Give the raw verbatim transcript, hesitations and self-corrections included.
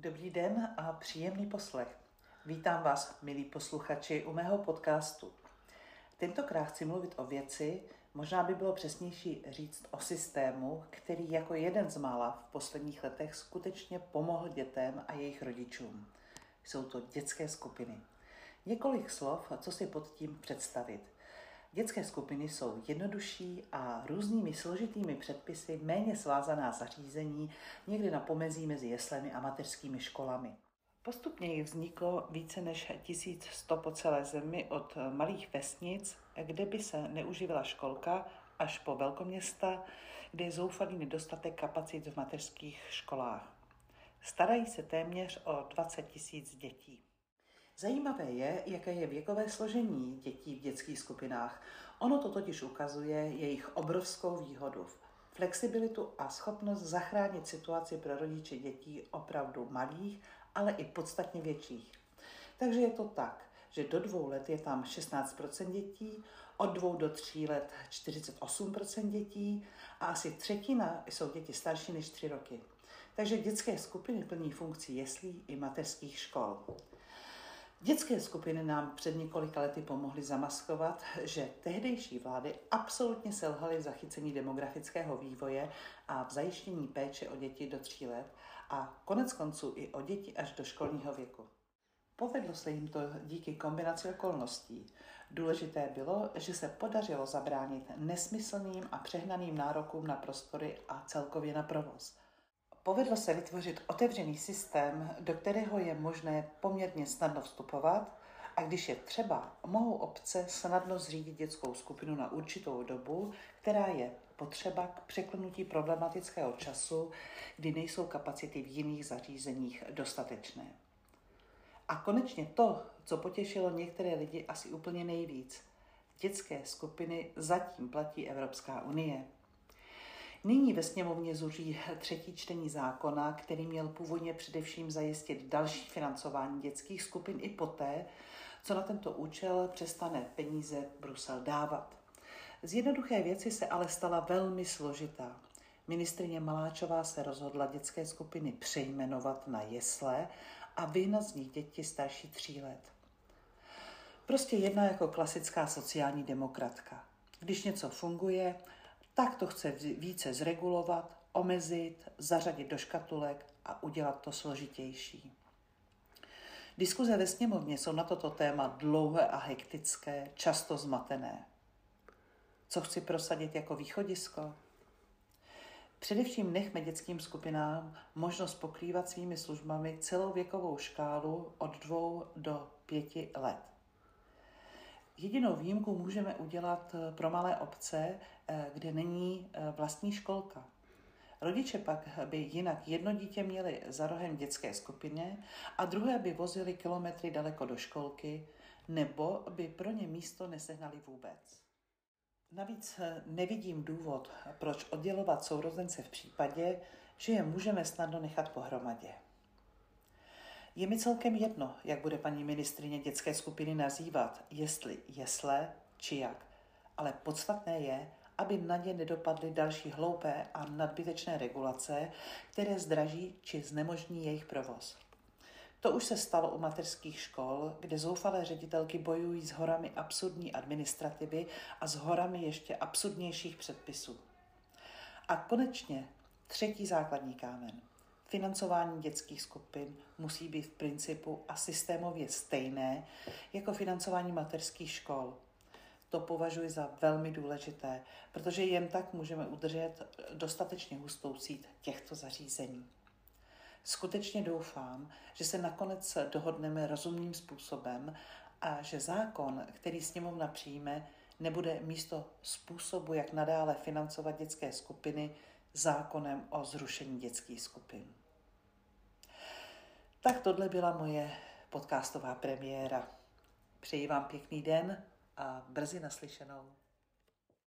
Dobrý den a příjemný poslech. Vítám vás, milí posluchači, u mého podcastu. Tentokrát chci mluvit o věci, možná by bylo přesnější říct o systému, který jako jeden z mála v posledních letech skutečně pomohl dětem a jejich rodičům. Jsou to dětské skupiny. Několik slov, co si pod tím představit. Dětské skupiny jsou jednodušší a různými složitými předpisy méně svázaná zařízení, někdy na pomezí mezi jeslemi a mateřskými školami. Postupně jich vzniklo více než tisíc sto po celé zemi, od malých vesnic, kde by se neužívala školka, až po velkoměsta, kde je zoufalý nedostatek kapacit v mateřských školách. Starají se téměř o dvacet tisíc dětí. Zajímavé je, jaké je věkové složení dětí v dětských skupinách. Ono to totiž ukazuje jejich obrovskou výhodu. Flexibilitu a schopnost zachránit situaci pro rodiče dětí opravdu malých, ale i podstatně větších. Takže je to tak, že do dvou let je tam šestnáct procent dětí, od dvou do tří let čtyřicet osm procent dětí a asi třetina jsou děti starší než tři roky. Takže dětské skupiny plní funkci jeslí i mateřských škol. Dětské skupiny nám před několika lety pomohly zamaskovat, že tehdejší vlády absolutně selhaly v zachycení demografického vývoje a v zajištění péče o děti do tří let a konec konců i o děti až do školního věku. Povedlo se jim to díky kombinaci okolností. Důležité bylo, že se podařilo zabránit nesmyslným a přehnaným nárokům na prostory a celkově na provoz. Povedlo se vytvořit otevřený systém, do kterého je možné poměrně snadno vstupovat a když je třeba, mohou obce snadno zřídit dětskou skupinu na určitou dobu, která je potřeba k překlenutí problematického času, kdy nejsou kapacity v jiných zařízeních dostatečné. A konečně to, co potěšilo některé lidi asi úplně nejvíc. Dětské skupiny zatím platí Evropská unie. Nyní ve sněmovně zuří třetí čtení zákona, který měl původně především zajistit další financování dětských skupin i poté, co na tento účel přestane peníze Brusel dávat. Z jednoduché věci se ale stala velmi složitá. Ministryně Maláčová se rozhodla dětské skupiny přejmenovat na jesle a vyhnat z nich děti starší tří let. Prostě jedna jako klasická sociální demokratka. Když něco funguje, tak to chce více zregulovat, omezit, zařadit do škatulek a udělat to složitější. Diskuze ve sněmovně jsou na toto téma dlouhé a hektické, často zmatené. Co chci prosadit jako východisko? Především nechme dětským skupinám možnost pokrývat svými službami celou věkovou škálu od dvou do pěti let. Jedinou výjimku můžeme udělat pro malé obce, kde není vlastní školka. Rodiče pak by jinak jedno dítě měli za rohem dětské skupině a druhé by vozili kilometry daleko do školky, nebo by pro ně místo nesehnali vůbec. Navíc nevidím důvod, proč oddělovat sourozence v případě, že je můžeme snadno nechat pohromadě. Je mi celkem jedno, jak bude paní ministryně dětské skupiny nazývat, jestli jesle či jak, ale podstatné je, aby na ně nedopadly další hloupé a nadbytečné regulace, které zdraží či znemožní jejich provoz. To už se stalo u mateřských škol, kde zoufalé ředitelky bojují s horami absurdní administrativy a s horami ještě absurdnějších předpisů. A konečně třetí základní kámen. Financování dětských skupin musí být v principu a systémově stejné jako financování mateřských škol. To považuji za velmi důležité, protože jen tak můžeme udržet dostatečně hustou síť těchto zařízení. Skutečně doufám, že se nakonec dohodneme rozumným způsobem a že zákon, který sněmovna přijme, nebude místo způsobu, jak nadále financovat dětské skupiny, zákonem o zrušení dětských skupin. Tak tohle byla moje podcastová premiéra. Přeji vám pěkný den a brzy naslyšenou.